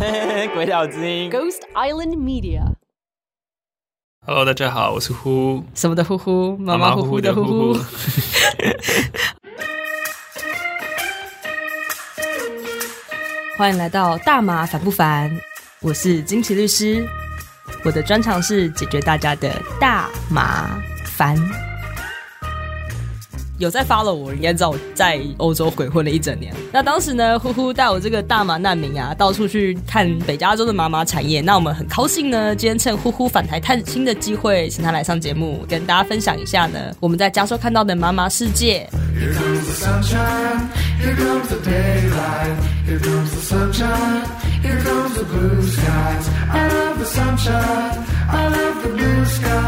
鬼岛之音 Ghost Island Media。 Hello， 大家好，我是呼什么的呼呼，马马虎虎的呼呼。欢迎来到大麻烦不烦，我是金奇律师，我的专长是解决大家的大麻烦。有在 follow 我应该知道我在欧洲鬼混了一整年。那当时呢，呼呼带我这个大麻难民啊，到处去看北加州的麻麻产业。那我们很高兴呢，今天趁呼呼返台探亲的机会，请他来上节目，跟大家分享一下呢我们在加州看到的麻麻世界。 Here comes the sunshine, here comes the daylight, here comes the sunshine, here comes the blue skies. I love the sunshine, I love the blue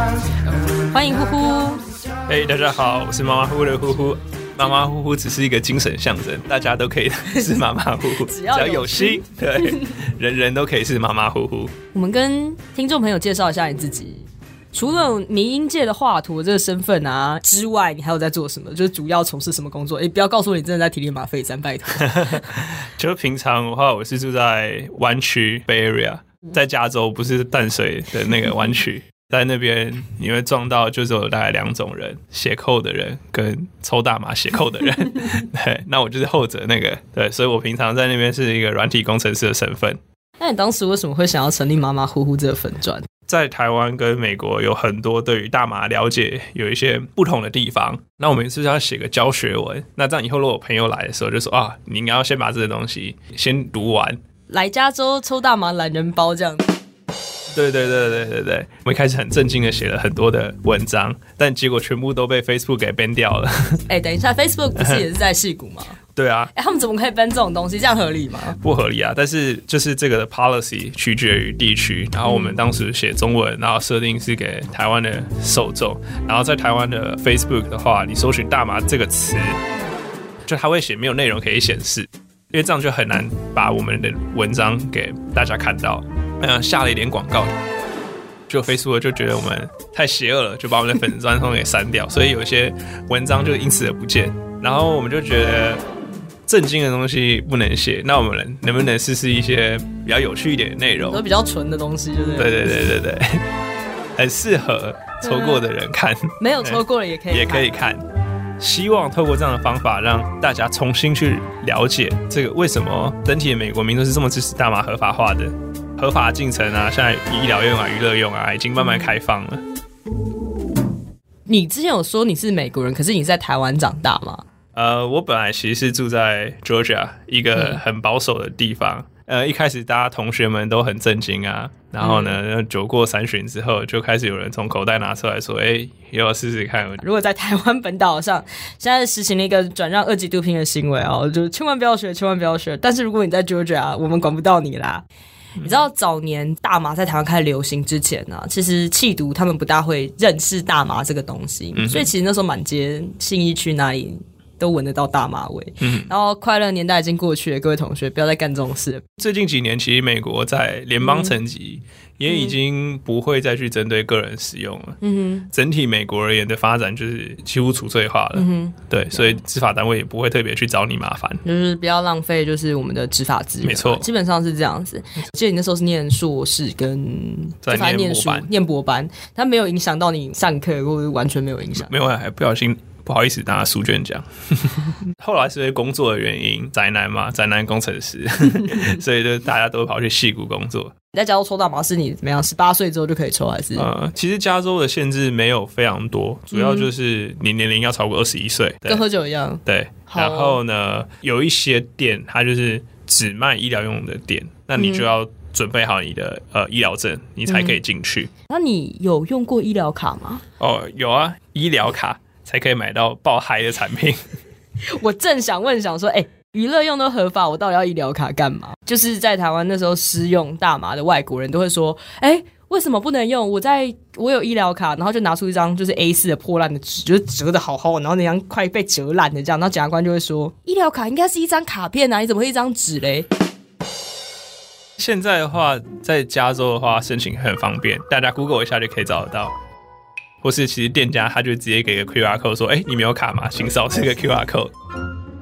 skies. 欢迎呼呼。 大家好，我是马马虎虎的呼呼。马马虎虎只是一个精神象征，大家都可以是马马虎虎，只要有心，对，人人都可以是马马虎虎。 我们跟听众朋友介绍一下你自己。除了迷因界的华佗这个身份啊之外，你还有在做什么？就是主要从事什么工作？不要告诉我你真的在体力马费山，拜托。 就平常的话，我是住在湾区 Bay Area， 在加州，不是淡水的那个湾区。在那边你会撞到就只有大概两种人，写扣的人跟抽大麻写扣的人。对，那我就是后者那个。对，所以我平常在那边是一个软体工程师的身份。 那你当时为什么会想要成立马马虎虎这个粉专？ 在台湾跟美国有很多对于大麻了解有一些不同的地方，那我们是不是要写个教学文？那这样以后如果有朋友来的时候就说啊，你应该要先把这个东西先读完。 来加州抽大麻懒人包这样。 对，我们一开始很震惊的写了很多的文章，但结果全部都被 Facebook 给 ban 掉了。 等一下 Facebook 不是也是在矽谷吗？ 对啊， 他们怎么可以 ban 这种东西？这样合理吗？ 不合理啊，但是就是这个的 policy 取决于地区，然后我们当时写中文，然后设定是给台湾的受众，然后在台湾的 Facebook 的话，你搜寻大麻这个词，就它会写没有内容可以显示，因为这样就很难把我们的文章给大家看到。下了一点广告，就 Facebook 就觉得我们太邪恶了，就把我们的粉丝专给删掉，所以有些文章就因此而不见。然后我们就觉得正经的东西不能写，那我们能不能试试一些比较有趣一点的内容， 都比较纯的东西，对不对？对，很适合抽过的人看， 没有抽过的也可以看。 希望透过这样的方法，让大家重新去了解这个为什么整体的美国民众是这么支持大麻合法化的。合法进程啊，现在医疗用啊、娱乐用啊，已经慢慢开放了。 你之前有说你是美国人，可是你是在台湾长大吗？ 我本来其实是住在 Georgia 一个很保守的地方。一开始大家同学们都很震惊啊，然后呢，酒过三巡之后，就开始有人从口袋拿出来说：“也要试试看。” 如果在台湾本岛上，现在实行了一个转让2级毒品的行为哦，就千万不要学，千万不要学。但是如果你在 Georgia， 我们管不到你啦。你知道早年大麻在台湾开始流行之前啊，其实缉毒他们不大会认识大麻这个东西，所以其实那时候满街信义区哪里都闻得到大麻味。然后快乐年代已经过去了，各位同学不要再干这种事了。 最近几年，其实美国在联邦层级也已经不会再去针对个人使用了。整体美国而言的发展就是几乎除罪化了。对，所以执法单位也不会特别去找你麻烦， 就是不要浪费就是我们的执法资源。 没错， 基本上是这样子。我记得你那时候是念硕士跟在念书念博班，它没有影响到你上课，或者完全没有影响。 没有，还不小心。不好意思，拿书卷讲。后来是因为工作的原因，宅男嘛，宅男工程师，所以就大家都跑去矽谷工作。 你在加州抽大麻是你怎么样18岁之后就可以抽还是？ 其实加州的限制没有非常多，主要就是你年龄要超过21岁， 跟喝酒一样。 对，然后呢，有一些店它就是只卖医疗用的店，那你就要准备好你的医疗证，你才可以进去。 那你有用过医疗卡吗？ 有啊，医疗卡才可以买到爆嗨的产品。 我正想说，娱乐用都合法，我到底要医疗卡干嘛？就是在台湾那时候施用大麻的外国人都会说，为什么不能用？我有医疗卡，然后就拿出一张就是 A4 的破烂的纸，就是折得好好，然后那张快被折烂的这样，然后检察官就会说，医疗卡应该是一张卡片啊，你怎么会一张纸嘞？ 现在的话，在加州的话申请很方便，大家 Google 一下就可以找得到。或是其实店家他就直接给个 QR code 说，你没有卡吗？请扫这个 QR code。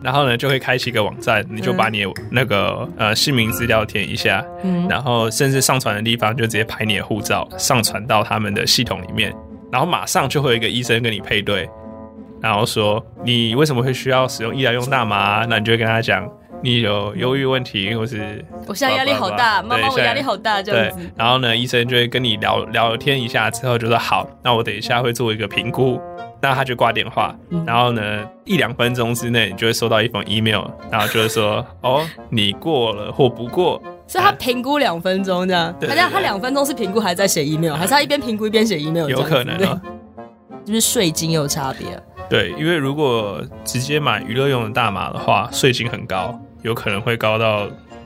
然后呢就会开启一个网站，你就把你的那个姓名资料填一下，然后甚至上传的地方就直接拍你的护照上传到他们的系统里面，然后马上就会有一个医生跟你配对，然后说你为什么会需要使用医疗用大麻，那你就会跟他讲你有忧郁问题，或是我现在压力好大，妈妈我压力好大这样子。 然后呢，医生就会跟你聊天一下之后就说好，那我等一下会做一个评估，那他就挂电话，然后呢1-2分钟之内你就会收到一封 email， 然后就会说哦你过了或不过。 所以他评估2分钟这样，他2分钟是评估还在写 email， 还是他一边评估一边写 email？ 有可能啊， 就是税金有差别。 对，因为如果直接买娱乐用的大麻的话，税金很高，有可能会高到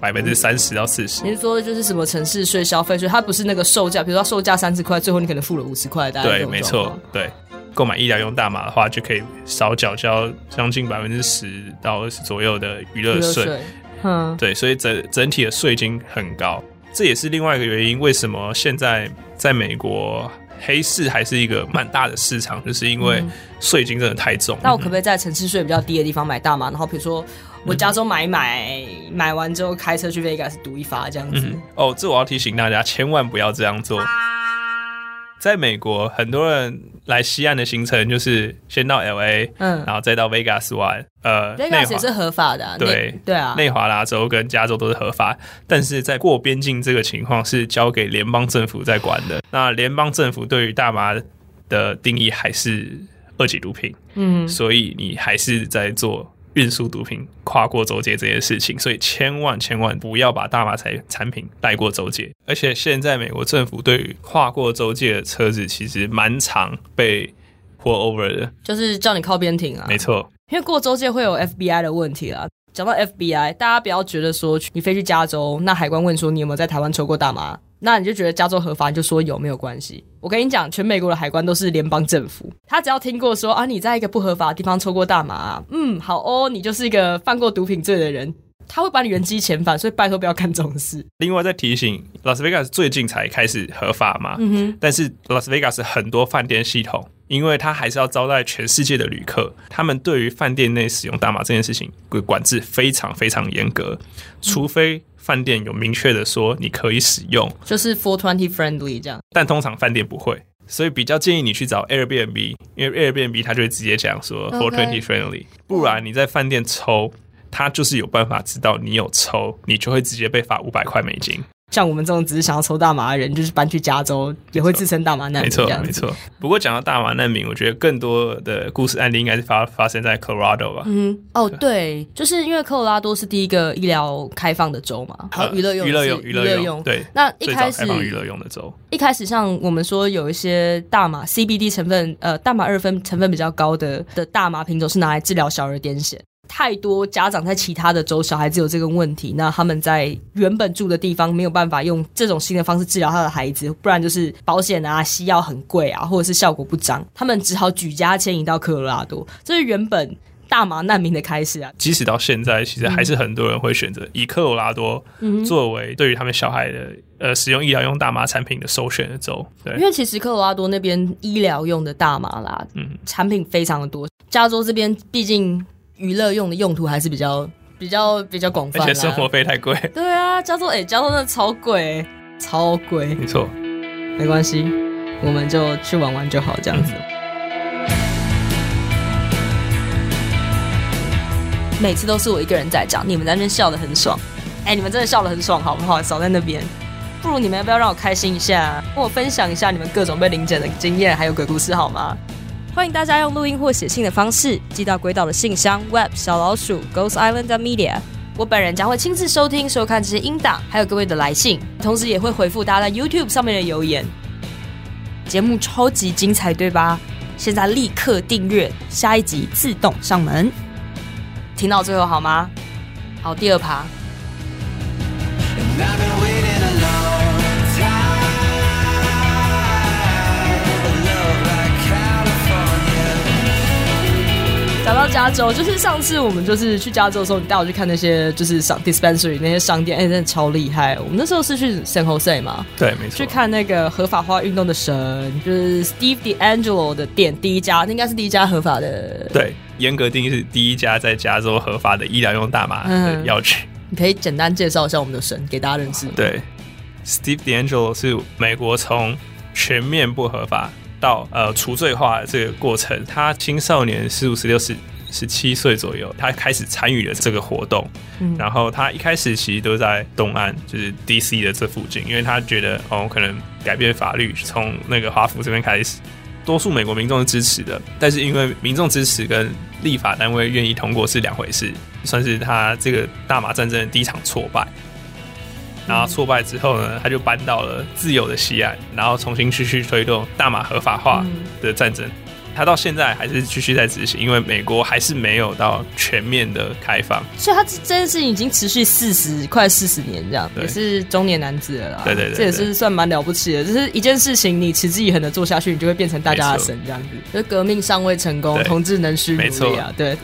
30%到40%。 您说的就是什么城市税、消费税，它不是那个售价，比如说售价30块，最后你可能付了50块，大概对，没错，对。购买医疗用大麻的话，就可以少缴交将近10%到20%左右的娱乐税。对，所以整体的税金很高，这也是另外一个原因，为什么现在在美国黑市还是一个蛮大的市场，就是因为税金真的太重。 那我可不可以在城市税比较低的地方买大麻，然后比如说我加州买完之后开车去 Vegas 赌一发这样子？ 这我要提醒大家，千万不要这样做。在美国，很多人来西岸的行程就是先到 LA，然后再到 Vegas 玩。 Vegas 也是合法的，对啊， 内华达州跟加州都是合法，但是在过边境这个情况是交给联邦政府在管的。那联邦政府对于大麻的定义还是2级毒品，所以你还是在做运输毒品跨过州界这件事情，所以千万不要把大麻产品带过州界。而且现在美国政府对于跨过州界的车子其实蛮常被 pull over 的， 就是叫你靠边停啊。 没错， 因为过州界会有 FBI 的问题啦。讲到 FBI， 大家不要觉得说你飞去加州，那海关问说你有没有在台湾抽过大麻，那你就觉得加州合法，你就说有没有关系。我跟你讲，全美国的海关都是联邦政府，他只要听过说啊你在一个不合法的地方抽过大麻，好哦，你就是一个犯过毒品罪的人，他会把你原机遣返，所以拜托不要干这种事。 另外再提醒，拉斯维加斯最近才开始合法嘛，但是拉斯维加斯很多饭店系统，因为他还是要招待全世界的旅客，他们对于饭店内使用大麻这件事情管制非常非常严格，除非饭店有明确的说你可以使用， 就是 420 friendly 这样， 但通常饭店不会，所以比较建议你去找 Airbnb， 因为 Airbnb 他就会直接讲说 420 friendly， 不然你在饭店抽，他就是有办法知道你有抽，你就会直接被罚$500美金。 像我们这种只是想要抽大麻的人，就是搬去加州也会自称大麻难民这样子。 没错。不过讲到大麻难民，我觉得更多的故事案例应该是发生在 Colorado 吧。 对，就是因为科罗拉多是第一个医疗开放的州嘛，还有娱乐用。对，那一开始最早开放娱乐用的州， 一开始像我们说有一些大麻 CBD 成分，大麻2酚成分比较高的大麻品种是拿来治疗小儿癫痫。太多家长在其他的州小孩子有这个问题，那他们在原本住的地方没有办法用这种新的方式治疗他的孩子，不然就是保险啊西药很贵啊，或者是效果不彰，他们只好举家迁移到科罗拉多，这是原本大麻难民的开始啊。 即使到现在其实还是很多人会选择以科罗拉多作为对于他们小孩的使用医疗用大麻产品的首选的州。对，因为其实科罗拉多那边医疗用的大麻啦，产品非常的多，加州这边毕竟娱乐用的用途还是比较广泛啦， 而且生活费太贵。 对啊，加州真的超贵，超贵。 没错， 没关系，我们就去玩玩就好，这样子。每次都是我一个人在讲，你们在那边笑得很爽。你们真的笑得很爽，好不好？少在那边。不如你们要不要让我开心一下，跟我分享一下你们各种被临检的经验，还有鬼故事好吗？欢迎大家用录音或写信的方式寄到鬼岛的信箱 web@ghost island.media。我本人将会亲自收听收看这些音档，还有各位的来信，同时也会回复大家在 YouTube 上面的留言。节目超级精彩，对吧？现在立刻订阅，下一集自动上门。听到最后好吗？好，第2趴。 讲到加州，就是上次我们就是去加州的时候，你带我去看那些就是dispensary 那些商店，真的超厉害。我们那时候是去 San Jose 嘛， 对，没错， 去看那个合法化运动的神，就是 Steve DeAngelo 的店，第一家，那应该是第一家合法的。 对，严格定义是第一家在加州合法的医疗用大麻的药局。 你可以简单介绍一下我们的神，给大家认识。 对 ，Steve DeAngelo 是美国从全面不合法到除罪化的这个过程，他青少年15、16、17岁左右，他开始参与了这个活动。然后他一开始其实都在东岸，就是 DC 的这附近，因为他觉得可能改变法律，从那个华府这边开始，多数美国民众是支持的，但是因为民众支持跟立法单位愿意通过是两回事，算是他这个大麻战争的第一场挫败。然后挫败之后呢，他就搬到了自由的西岸，然后重新去推动大麻合法化的战争。他到现在还是继续在执行，因为美国还是没有到全面的开放， 所以他这件事情已经持续快40年这样，也是中年男子了啦。 对，这也是算蛮了不起的。就是一件事情，你持之以恒的做下去，你就会变成大家的神这样子。就是革命尚未成功，同志仍需努力啊。对。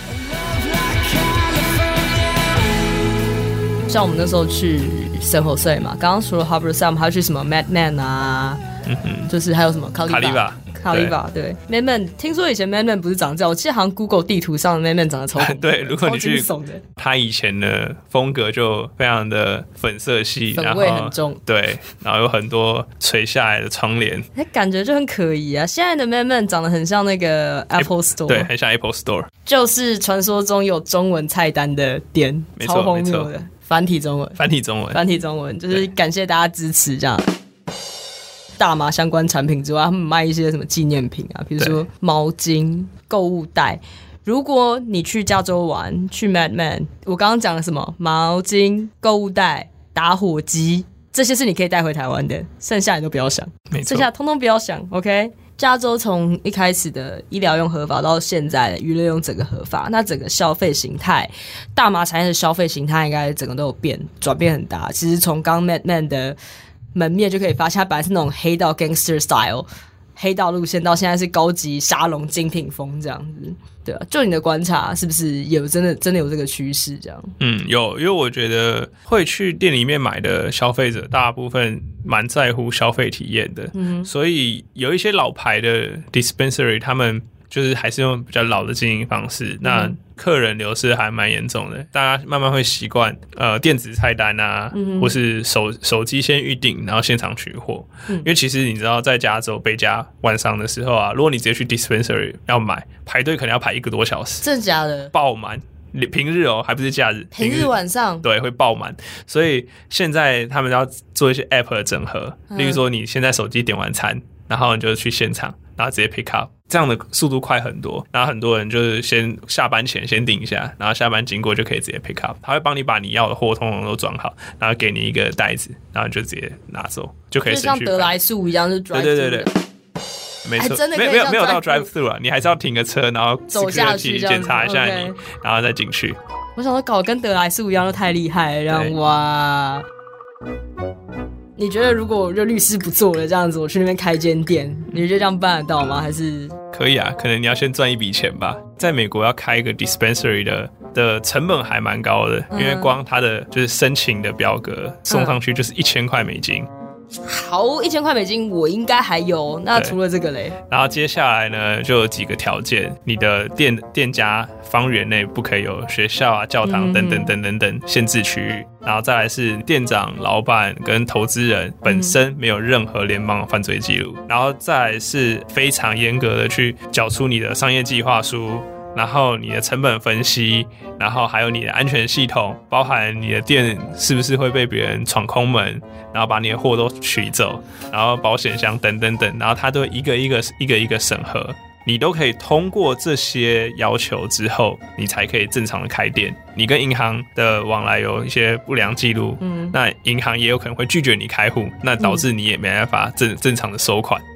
像我们那时候去 San Jose 嘛，刚刚除了 Harbor Sam， 还有去什么 Madman 啊，就是还有什么卡利巴，对 Madman， 听说以前 Madman 不是长这样，我记得好像 Google 地图上的 Madman 长得超对，如果你去他以前的风格就非常的粉色系， 粉味很重， 对，然后有很多垂下来的窗帘， 感觉就很可疑啊。现在的 Madman 长得很像那个 Apple Store， 对，很像 Apple Store， 就是传说中有中文菜单的店，超荒谬的。繁体中文，就是感谢大家支持这样。大麻相关产品之外，他们卖一些什么纪念品啊，比如说毛巾、购物袋。如果你去加州玩，去 Madman， 我刚刚讲了什么？毛巾、购物袋、打火机，这些是你可以带回台湾的，剩下你都不要想，剩下通通不要想 ，OK？加州从一开始的医疗用合法到现在的娱乐用整个合法，那整个消费形态，大麻产业的消费形态应该整个都有转变很大。其实从刚 Madman 的门面就可以发现，它本来是那种黑道 gangster style 黑道路线，到现在是高级沙龙精品风这样子。对啊，就你的观察，是不是有真的有这个趋势这样？ 有，因为我觉得会去店里面买的消费者，大部分蛮在乎消费体验的，所以有一些老牌的 dispensary， 他们就是还是用比较老的经营方式，那客人流失还蛮严重的，大家慢慢会习惯电子菜单啊，或是手机先预定，然后现场取货。因为其实你知道，在加州北加晚上的时候啊，如果你直接去 dispensary 要买，排队可能要排1个多小时， 真的假的？ 爆满。平日还不是假日， 平日晚上对会爆满，所以现在他们要做一些 app 的整合，例如说你现在手机点完餐，然后你就去现场，然后直接 pick up， 这样的速度快很多。然后很多人就是先下班前先订一下，然后下班经过就可以直接 pick up， 他会帮你把你要的货通通都装好，然后给你一个袋子，然后你就直接拿走，就可以省去。 就像德莱素一样，是 drive through 对。没错，没有到 drive through 啊，你还是要停个车，然后走下去检查一下你， okay， 然后再进去。 我想说搞跟德莱素一样，都太厉害了，这样哇！你觉得如果就律师不做了这样子，我去那边开间店，你觉得这样办得到吗？还是可以啊？可能你要先赚一笔钱吧。在美国要开一个 dispensary 的成本还蛮高的，因为光它的就是申请的表格送上去就是$1000美金。 好，$1000美金我应该还有。那除了这个嘞？ 然后接下来呢，就有几个条件，你的店家方圆内不可以有学校啊、教堂等等限制区域。然后再来是店长、老板跟投资人本身没有任何联邦犯罪记录。然后再来是非常严格的去缴出你的商业计划书。然后你的成本分析，然后还有你的安全系统，包含你的店是不是会被别人闯空门，然后把你的货都取走，然后保险箱等，然后它都一个一个审核，你都可以通过这些要求之后，你才可以正常的开店。你跟银行的往来有一些不良记录，那银行也有可能会拒绝你开户，那导致你也没办法正常的收款。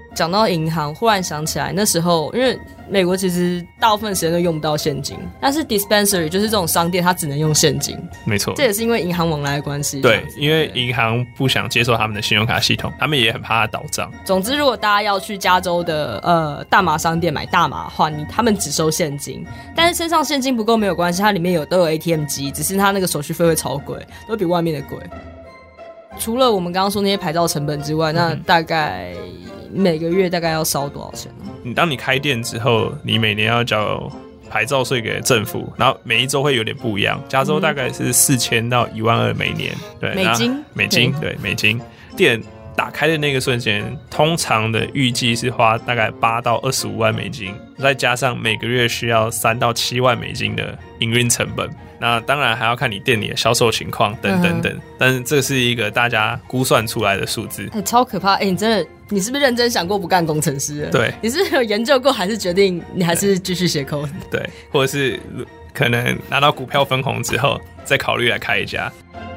讲到银行，忽然想起来那时候，因为美国其实大部分时间都用不到现金，但是 dispensary 就是这种商店，它只能用现金。 没错， 这也是因为银行往来的关系。 对，因为银行不想接受他们的信用卡系统，他们也很怕它倒账。 总之，如果大家要去加州的大麻商店买大麻的话，他们只收现金，但是身上现金不够没有关系，它里面都有 ATM 机，只是它那个手续费会超贵，都比外面的贵。除了我们刚刚说那些牌照成本之外，那大概每个月大概要烧多少钱呢？ 当你开店之后，你每年要缴牌照税给政府，然后每一周会有点不一样。加州大概是4000到12000每年，对， 美金， 对，美金。店打开的那个瞬间，通常的预计是花大概8到25万美金，再加上每个月需要3到7万美金的营运成本。那当然还要看你店里的销售情况等等等，但是这是一个大家估算出来的数字， 超可怕！你真的，你是不是认真想过不干工程师了？ 对， 你是不是有研究过，还是决定你还是继续写 code？ 对，或者是可能拿到股票分红之后，再考虑来开一家。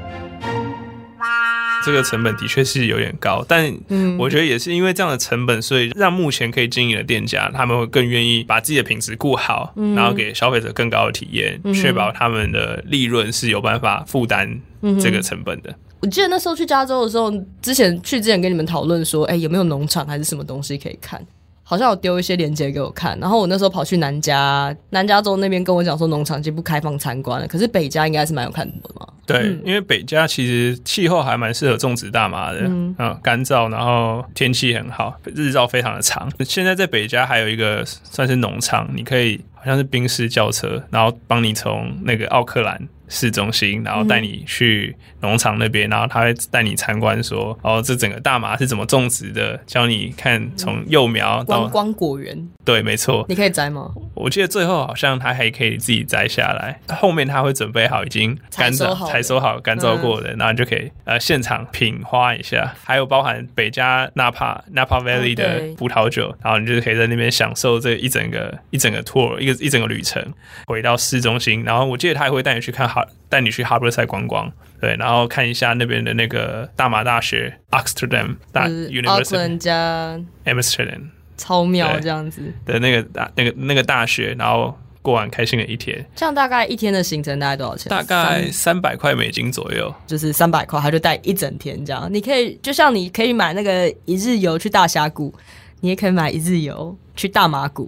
这个成本的确是有点高，但我觉得也是因为这样的成本，所以让目前可以经营的店家，他们会更愿意把自己的品质顾好，然后给消费者更高的体验，确保他们的利润是有办法负担这个成本的。 我记得那时候去加州的时候，之前跟你们讨论说，有没有农场还是什么东西可以看？好像有丢一些链接给我看，然后我那时候跑去南加州那边跟我讲说农场已经不开放参观了，可是北加应该是蛮有看头的嘛。 对，因为北加其实气候还蛮适合种植大麻的，干燥，然后天气很好，日照非常的长。现在在北加还有一个算是农场，你可以好像是宾士轿车，然后帮你从那个奥克兰市中心，然后带你去农场那边，然后他会带你参观说，这整个大麻是怎么种植的，教你看从幼苗到观光果园。 对，没错。你可以摘吗？ 我记得最后好像他还可以自己摘下来，后面他会准备好已经采收好干燥过的，然后你就可以现场品花一下，还有包含北加 Napa Valley 的葡萄酒，然后你就可以在那边享受这一整个 tour 一整个旅程，回到市中心，然后我记得他还会带你去Harborside 观光，对，然后看一下那边的那个大麻大学 Amsterdam University 加 Amsterdam 超妙这样子的那个大学，然后过完开心的一天。 这样大概一天的行程大概多少钱？ 大概300块美金左右， 就是300块，他就带一整天这样。你可以就像你可以买那个一日游去大峡谷，你也可以买一日游去大麻谷。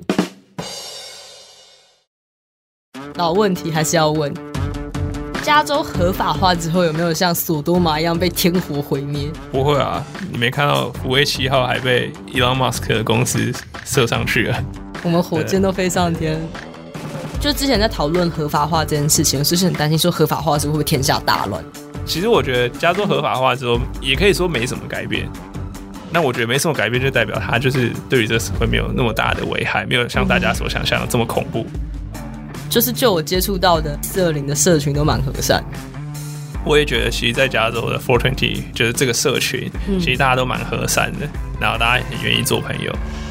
老问题还是要问，加州合法化之后有没有像索多玛一样被天火毁灭？ 不会啊，你没看到福卫7号还被 Elon Musk 的公司射上去了， 我们火箭都飞上天。就之前在讨论合法化这件事情，我就是很担心说合法化之后会不会天下大乱。 其实我觉得加州合法化之后也可以说没什么改变，那我觉得没什么改变就代表它就是对于这个社会没有那么大的危害，没有像大家所想象的这么恐怖。 就是就我接触到的420的社群都蛮和善。 我也觉得其实在加州的420就是这个社群，其实大家都蛮和善的，然后大家也很愿意做朋友。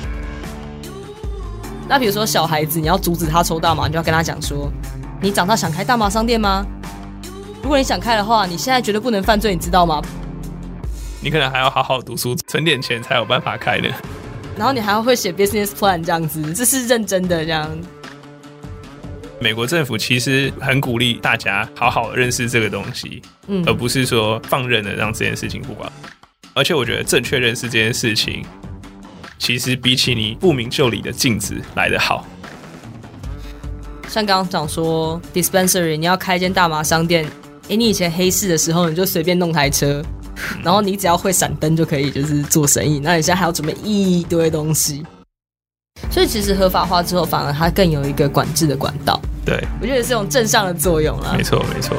那比如说小孩子，你要阻止他抽大麻，你就要跟他讲说，你长大想开大麻商店吗？如果你想开的话，你现在绝对不能犯罪，你知道吗？ 你可能还要好好读书，存点钱才有办法开呢。 然后你还要会写 business plan 这样子，这是认真的这样。 美国政府其实很鼓励大家好好认识这个东西，而不是说放任的让这件事情不管。而且我觉得正确认识这件事情，其实比起你不明就里的禁止来得好。 像刚刚讲说 dispensary 你要开一间大麻商店，你以前黑市的时候你就随便弄台车，然后你只要会闪灯就可以就是做生意，那你现在还要准备一堆东西。所以其实合法化之后，反而它更有一个管制的管道。 对， 我觉得是有正向的作用啦。 没错，没错。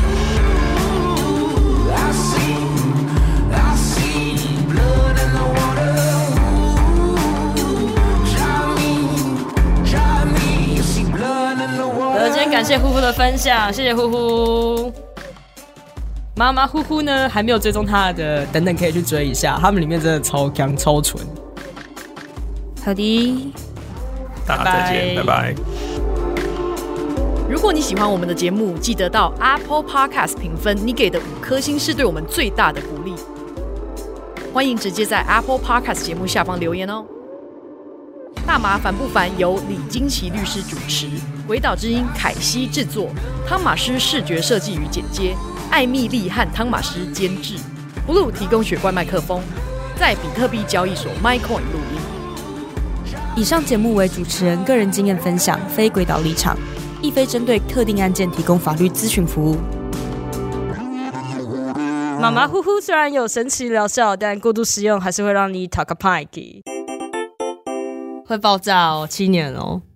今天感谢呼呼的分享，谢谢呼呼。妈妈呼呼呢还没有追踪他的，等等可以去追一下，他们里面真的超强超纯。好的， 大家再见，拜拜。 如果你喜欢我们的节目，记得到 Apple Podcast 评分，你给的5颗星是对我们最大的鼓励。 欢迎直接在 Apple Podcast 节目下方留言哦。大麻烦不烦由李金奇律师主持，鬼岛之音凯西制作，汤马斯视觉设计与剪接，艾蜜莉和汤马斯监制。Blue 提供雪怪麦克风，在比特币交易所 MyCoin 录音。 以上节目为主持人个人经验分享，非鬼岛立场，亦非针对特定案件提供法律咨询服务。马马虎虎虽然有神奇疗效，但过度使用还是会让你 talk a pike，会爆炸哦，7年哦。